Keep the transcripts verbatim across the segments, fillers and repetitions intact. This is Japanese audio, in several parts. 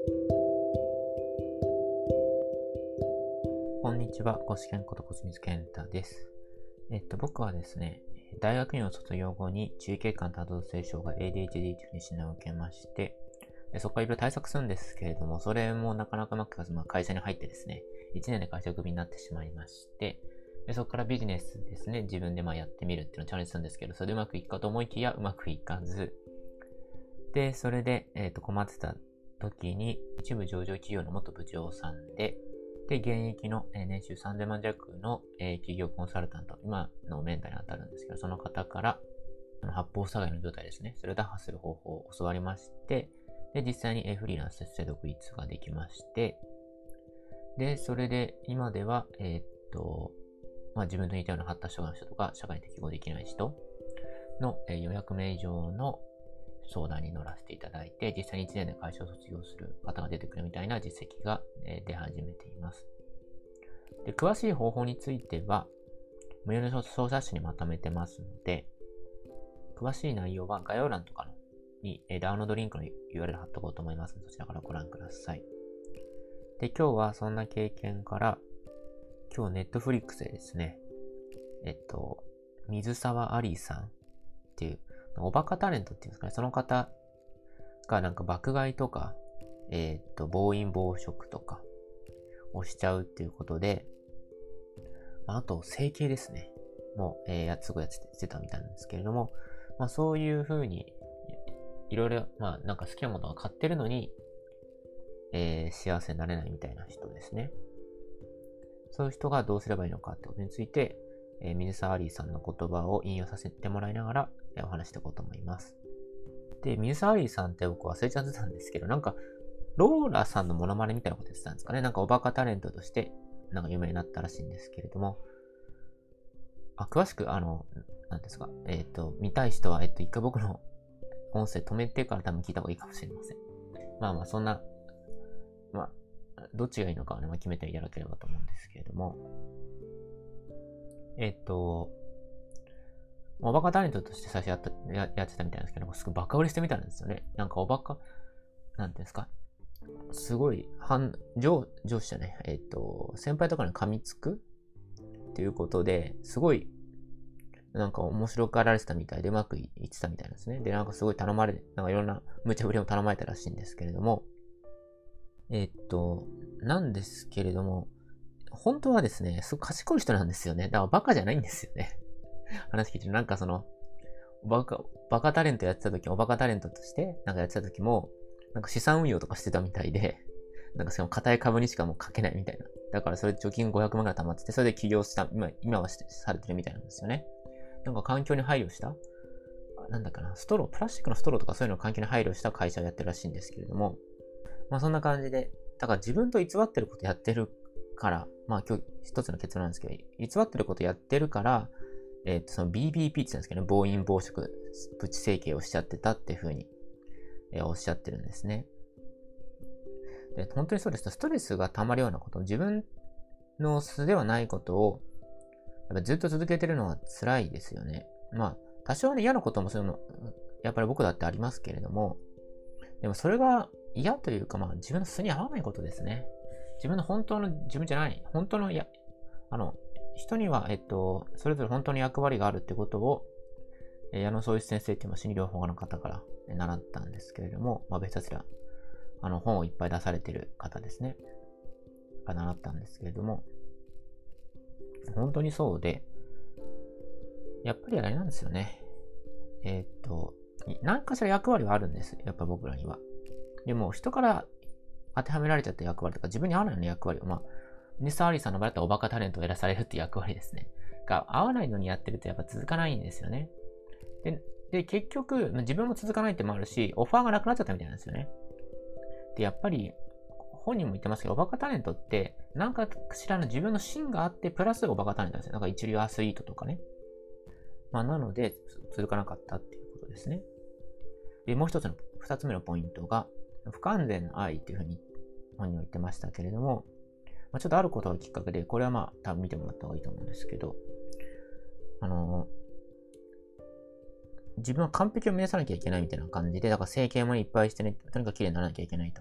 こんにちは、ご試験こと小水健太です。えっと、僕はですね、大学院を卒業後に中継間多動性障害 エーディーエイチディー というふうに診断を受けまして、でそこからいろいろ対策するんですけれども、それもなかなかうまくいかず、まあ、会社に入ってですね、いちねんで会社クビになってしまいまして、でそこからビジネスですね、自分でまあやってみるっていうのをチャレンジするんですけど、それでうまくいくかと思いきやうまくいかず、で、それで、えっと困ってた時に、一部上場企業の元部長さんで、で、現役の年収さんぜんまん弱の企業コンサルタント、今のメンターに当たるんですけど、その方から八方塞がりの状態ですね、それを打破する方法を教わりまして、で、実際にフリーランスとして独立ができまして、で、それで今では、えー、っと、まあ、自分と似たような発達障害の人とか、社会に適合できない人のよんひゃくめい以上の相談に乗らせていただいて、実際にいちねんで会社を卒業する方が出てくるみたいな実績が出始めています。で、詳しい方法については、無料の小冊子にまとめてますので、詳しい内容は概要欄とかにダウンロードリンクの ユーアールエル 貼っておこうと思いますので、そちらからご覧ください。で、今日はそんな経験から、今日ネットフリックスでですね、えっと、水沢アリーさんっていう、おバカタレントっていうんですかね、その方がなんか爆買いとか、えっと、暴飲暴食とかをしちゃうっていうことで、あと、整形ですね。もう、えー、すごいやってたみたいなんですけれども、まあそういう風に、いろいろ、まあなんか好きなものが買ってるのに、えー、幸せになれないみたいな人ですね。そういう人がどうすればいいのかってことについて、えー、水沢アリーさんの言葉を引用させてもらいながら、えー、お話していこうと思います。で、水沢アリーさんって僕忘れちゃってたんですけど、なんか、ローラさんのモノマネみたいなこと言ってたんですかね。なんかおバカタレントとして、なんか有名になったらしいんですけれども、あ、詳しく、あの、なんですか、えっと、見たい人は、えっと、一回僕の音声止めてから多分聞いた方がいいかもしれません。まあまあ、そんな、まあ、どっちがいいのかはね、まあ、決めていただければと思うんですけれども、えっと、おバカタレントとして最初やったややってたみたいなんですけど、すぐバカ売れしてみたんですよね。なんかおバカ、なんていうんですか、すごい、反、上、上司じゃね、えっと、先輩とかに噛みつくっていうことで、すごい、なんか面白がられてたみたいでうまくいってたみたいなんですね。で、なんかすごい頼まれ、なんかいろんな無茶ぶりを頼まれたらしいんですけれども、えっと、なんですけれども、本当はですね、すごい賢い人なんですよね。だからバカじゃないんですよね。話聞いてる。なんかその、バカ、バカタレントやってた時、おバカタレントとして、なんかやってた時も、なんか資産運用とかしてたみたいで、なんかしかも硬い株にしかもう書けないみたいな。だからそれで貯金ごひゃくまんぐらい溜まってて、それで起業した、今、今はしてされてるみたいなんですよね。なんか環境に配慮した、なんだかな、ストロー、プラスチックのストローとかそういうのを環境に配慮した会社をやってるらしいんですけれども、まあそんな感じで、だから自分と偽ってることやってるから、まあ今日一つの結論なんですけど、偽ってることやってるから、えっと、その ビービーピー って言うんですけどね、暴飲暴食、プチ整形をしちゃってたっていうふうに、えー、おっしゃってるんですね。で、本当にそうです。ストレスが溜まるようなこと、自分の素ではないことを、やっぱずっと続けてるのは辛いですよね。まあ、多少ね、嫌なこともそういうの、やっぱり僕だってありますけれども、でもそれが嫌というか、まあ自分の素に合わないことですね。自分の本当の自分じゃない、本当の、いや、あの、人には、えっと、それぞれ本当に役割があるってことを、矢野総一先生っていう心理療法家の方から習ったんですけれども、まあ別たちら、あの本をいっぱい出されてる方ですね。が習ったんですけれども、本当にそうで、やっぱりあれなんですよね。えー、っと、何かしら役割はあるんです。やっぱ僕らには。でも、人から当てはめられちゃった役割とか、自分に合わないような役割を、まあ、ミスターアリーさんの場合だったらおバカタレントをやらされるっていう役割ですね。が、合わないのにやってるとやっぱ続かないんですよね。で、で結局、自分も続かないってもあるし、オファーがなくなっちゃったみたいなんですよね。で、やっぱり、本人も言ってますけど、おバカタレントって、何かしらの自分の芯があって、プラスおバカタレントなんですよ。なんか一流アスリートとかね。まあ、なので、続かなかったっていうことですね。で、もう一つの、二つ目のポイントが、不完全な愛っていうふうに本人は言ってましたけれども、まあ、ちょっとあることがきっかけで、これはまあ、多分見てもらった方がいいと思うんですけど、あのー、自分は完璧を目指さなきゃいけないみたいな感じで、だから整形もいっぱいしてね、とにかく綺麗にならなきゃいけないと。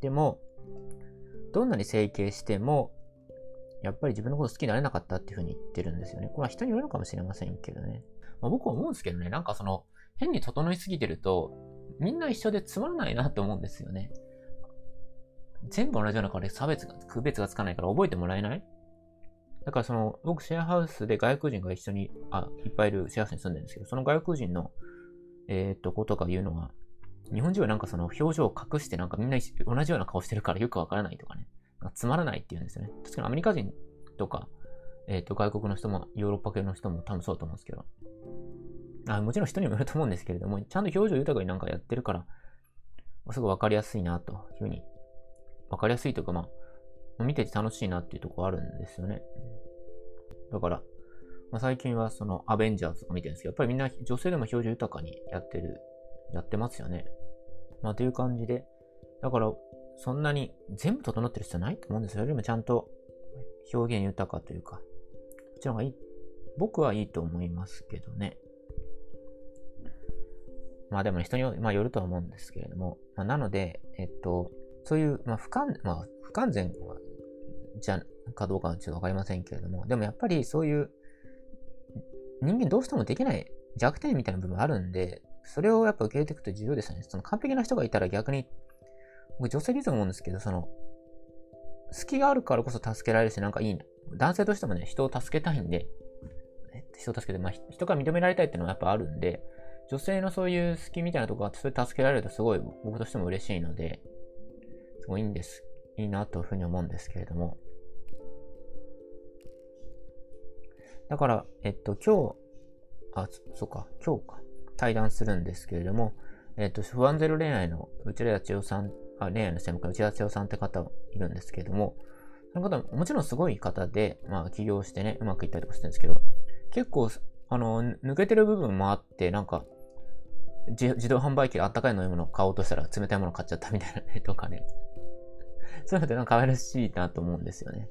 でも、どんなに整形しても、やっぱり自分のこと好きになれなかったっていうふうに言ってるんですよね。これは人によるのかもしれませんけどね。まあ、僕は思うんですけどね、なんかその、変に整いすぎてると、みんな一緒でつまらないなって思うんですよね。全部同じような顔で差別が、区別がつかないから覚えてもらえない？だからその、僕シェアハウスで外国人が一緒に、あ、いっぱいいるシェアハウスに住んでるんですけど、その外国人の、えー、っと、子とか言うのは、日本人はなんかその表情を隠してなんかみんな同じような顔してるからよくわからないとかね。なんかつまらないって言うんですよね。確かにアメリカ人とか、えー、っと、外国の人も、ヨーロッパ系の人も多分そうだと思うんですけど。あ、もちろん人にもよると思うんですけれども、ちゃんと表情豊かになんかやってるから、すごいわかりやすいなというふうに、わかりやすいというか、まあ、見てて楽しいなっていうところあるんですよね。だから、まあ、最近はそのアベンジャーズとか見てるんですけど、やっぱりみんな女性でも表情豊かにやってる、やってますよね。まあという感じで、だからそんなに全部整ってる必要ないと思うんですよ。よりもちゃんと表現豊かというか、こっちの方がいい、僕はいいと思いますけどね。まあでも人によ、まあ、よるとは思うんですけれども、まあ、なので、えっと、そういう、まあ不完、まあ不完全じゃかどうかはちょっとわかりませんけれども、でもやっぱりそういう人間どうしてもできない弱点みたいな部分あるんで、それをやっぱ受け入れていくと重要ですよね。その完璧な人がいたら逆に、僕女性でいいと思うんですけど、その、隙があるからこそ助けられるし、なんかいいな。男性としてもね、人を助けたいんで、人を助けて、まあ人が認められたいっていうのはやっぱあるんで、女性のそういう隙みたいなところがそれ助けられるとすごい僕としても嬉しいので、すごいいいんです。いいなというふうに思うんですけれども。だから、えっと、今日、あ、そっか、今日か、対談するんですけれども、えっと、不安ゼロ恋愛の内田千代さん、あ、恋愛の専門家の内田千代さんって方いるんですけれども、その方ももちろんすごい方で、まあ、起業してね、うまくいったりとかしてるんですけど、結構、あの、抜けてる部分もあって、なんか、自動販売機であったかい飲み物を買おうとしたら冷たいもの買っちゃったみたいなね、とかね。そういうのってなんか可愛らしいなと思うんですよね。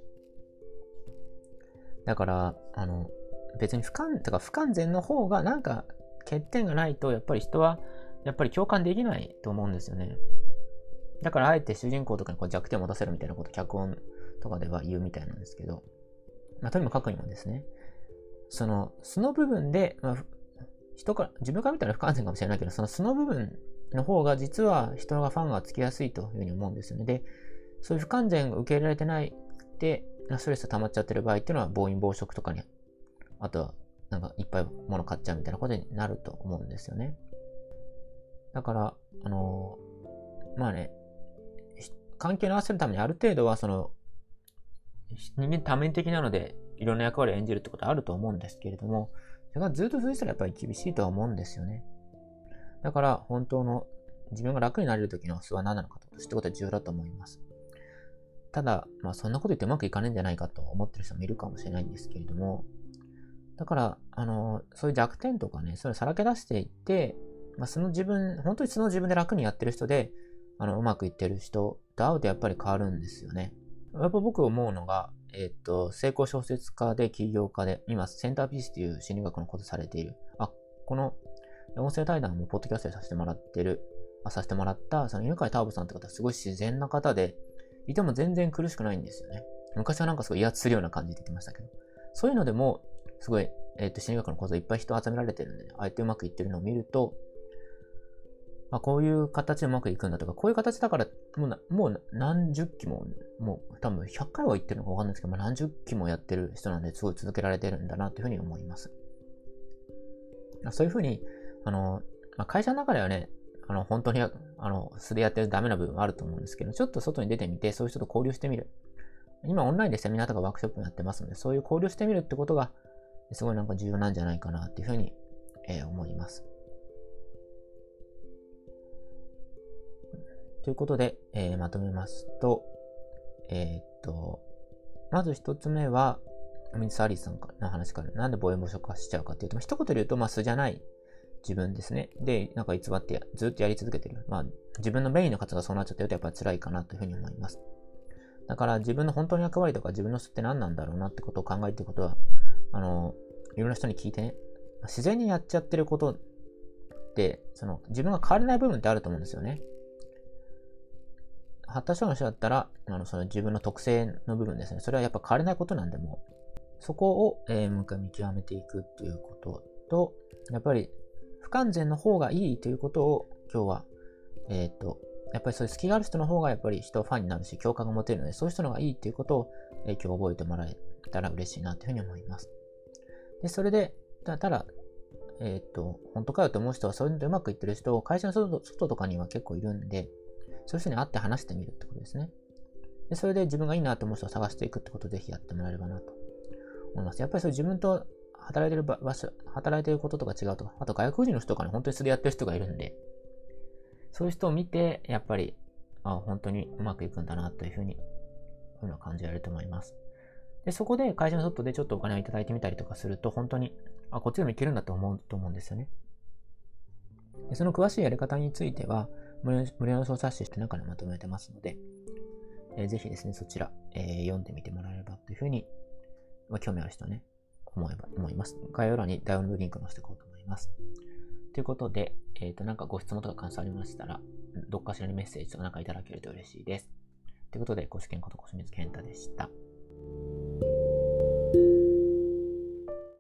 だから、あの、別に不完、とか不完全の方がなんか欠点がないと、やっぱり人は、やっぱり共感できないと思うんですよね。だからあえて主人公とかにこう弱点を持たせるみたいなことを脚本とかでは言うみたいなんですけど、まあ、とにもかくにもですね、その素の部分で、まあ、人から、自分から見たら不完全かもしれないけど、その素の部分の方が実は人がファンがつきやすいというふうに思うんですよね。で、そういう不完全が受け入れられてないで、ストレスが溜まっちゃってる場合っていうのは暴飲暴食とかに、あとはなんかいっぱい物買っちゃうみたいなことになると思うんですよね。だから、あのー、まあね、関係に合わせるためにある程度はその、人間多面的なので、いろんな役割を演じるってことはあると思うんですけれども、それがずっと続いたらやっぱり厳しいとは思うんですよね。だから本当の自分が楽になれる時の素は何なのかと知ってことは重要だと思います。ただ、まあそんなこと言ってうまくいかないんじゃないかと思ってる人もいるかもしれないんですけれども、だから、あの、そういう弱点とかね、それをさらけ出していって、まあその自分、本当にその自分で楽にやってる人で、あの、うまくいってる人と会うとやっぱり変わるんですよね。やっぱ僕思うのが、えっと、成功小説家で起業家で、今、センターピースという心理学のことされている。あ、この音声対談もポッドキャストでさせてもらってる、あ、させてもらった、その犬飼ターボさんって方はすごい自然な方で、いても全然苦しくないんですよね。昔はなんかすごい威圧するような感じで言ってましたけど。そういうのでも、すごい、えっと、心理学の講座いっぱい人集められてるんで、ね、あえてうまくいってるのを見ると、まあ、こういう形でうまくいくんだとか、こういう形だから、もうな、もう何十期も、もう多分ひゃっかいは言ってるのかわかんないですけど、まあ、何十期もやってる人なんで、すごい続けられてるんだなというふうに思います。そういうふうに、あの、まあ、会社の中ではね、あの、本当に、あの、素でやってるダメな部分はあると思うんですけど、ちょっと外に出てみて、そういう人と交流してみる。今オンラインでセミナーとかワークショップもやってますので、そういう交流してみるってことが、すごいなんか重要なんじゃないかなっていうふうに、えー、思います。ということで、えー、まとめますと、えー、っと、まず一つ目は、ミス・アリスさんの話から、なんで暴飲暴食化しちゃうかっていうと、まあ、一言で言うと、まあ、素じゃない自分ですね。で、なんか偽ってずっとやり続けてる。まあ、自分のメインの活動がそうなっちゃってると、やっぱり辛いかなというふうに思います。だから、自分の本当の役割とか、自分の素って何なんだろうなってことを考えていくことは、あの、いろんな人に聞いてね、自然にやっちゃってることって、その、自分が変われない部分ってあると思うんですよね。 発達障害の人だったら、あのその自分の特性の部分ですね。それはやっぱ変われないことなんで、もう、そこを、えー、もう一回見極めていくっていうことと、やっぱり不完全の方がいいということを今日は、えっと、やっぱりそういう隙がある人の方がやっぱり人ファンになるし、共感が持てるので、そういう人の方がいいっていうことを、えー、今日覚えてもらえたら嬉しいなというふうに思います。で、それで、ただ、えっと、本当かよと思う人は、そういうのでうまくいってる人、会社の外、外とかには結構いるんで、そういう人に会って話してみるってことですね。で、それで自分がいいなと思う人を探していくってことをぜひやってもらえればなと思います。やっぱりそう自分と働いてる場所、働いてることとか違うとか、あと外国人の人とかに本当にそれやってる人がいるんで、そういう人を見て、やっぱり、あ、本当にうまくいくんだなというふうに、そういうのを感じられると思います。で、そこで会社の外でちょっとお金をいただいてみたりとかすると、本当に、あ、こっちでもいけるんだと思うと思うんですよね。で、その詳しいやり方については、無料の小冊子して中にまとめてますので、えー、ぜひですね、そちら、えー、読んでみてもらえればというふうに、まあ、興味ある人はね、思えば、思います。概要欄にダウンロードリンク載せていこうと思います。ということで、えっと、なんかご質問とか感想ありましたら、どっかしらにメッセージとかなんかいただけると嬉しいです。ということで、ご試験こと小清水健太でした。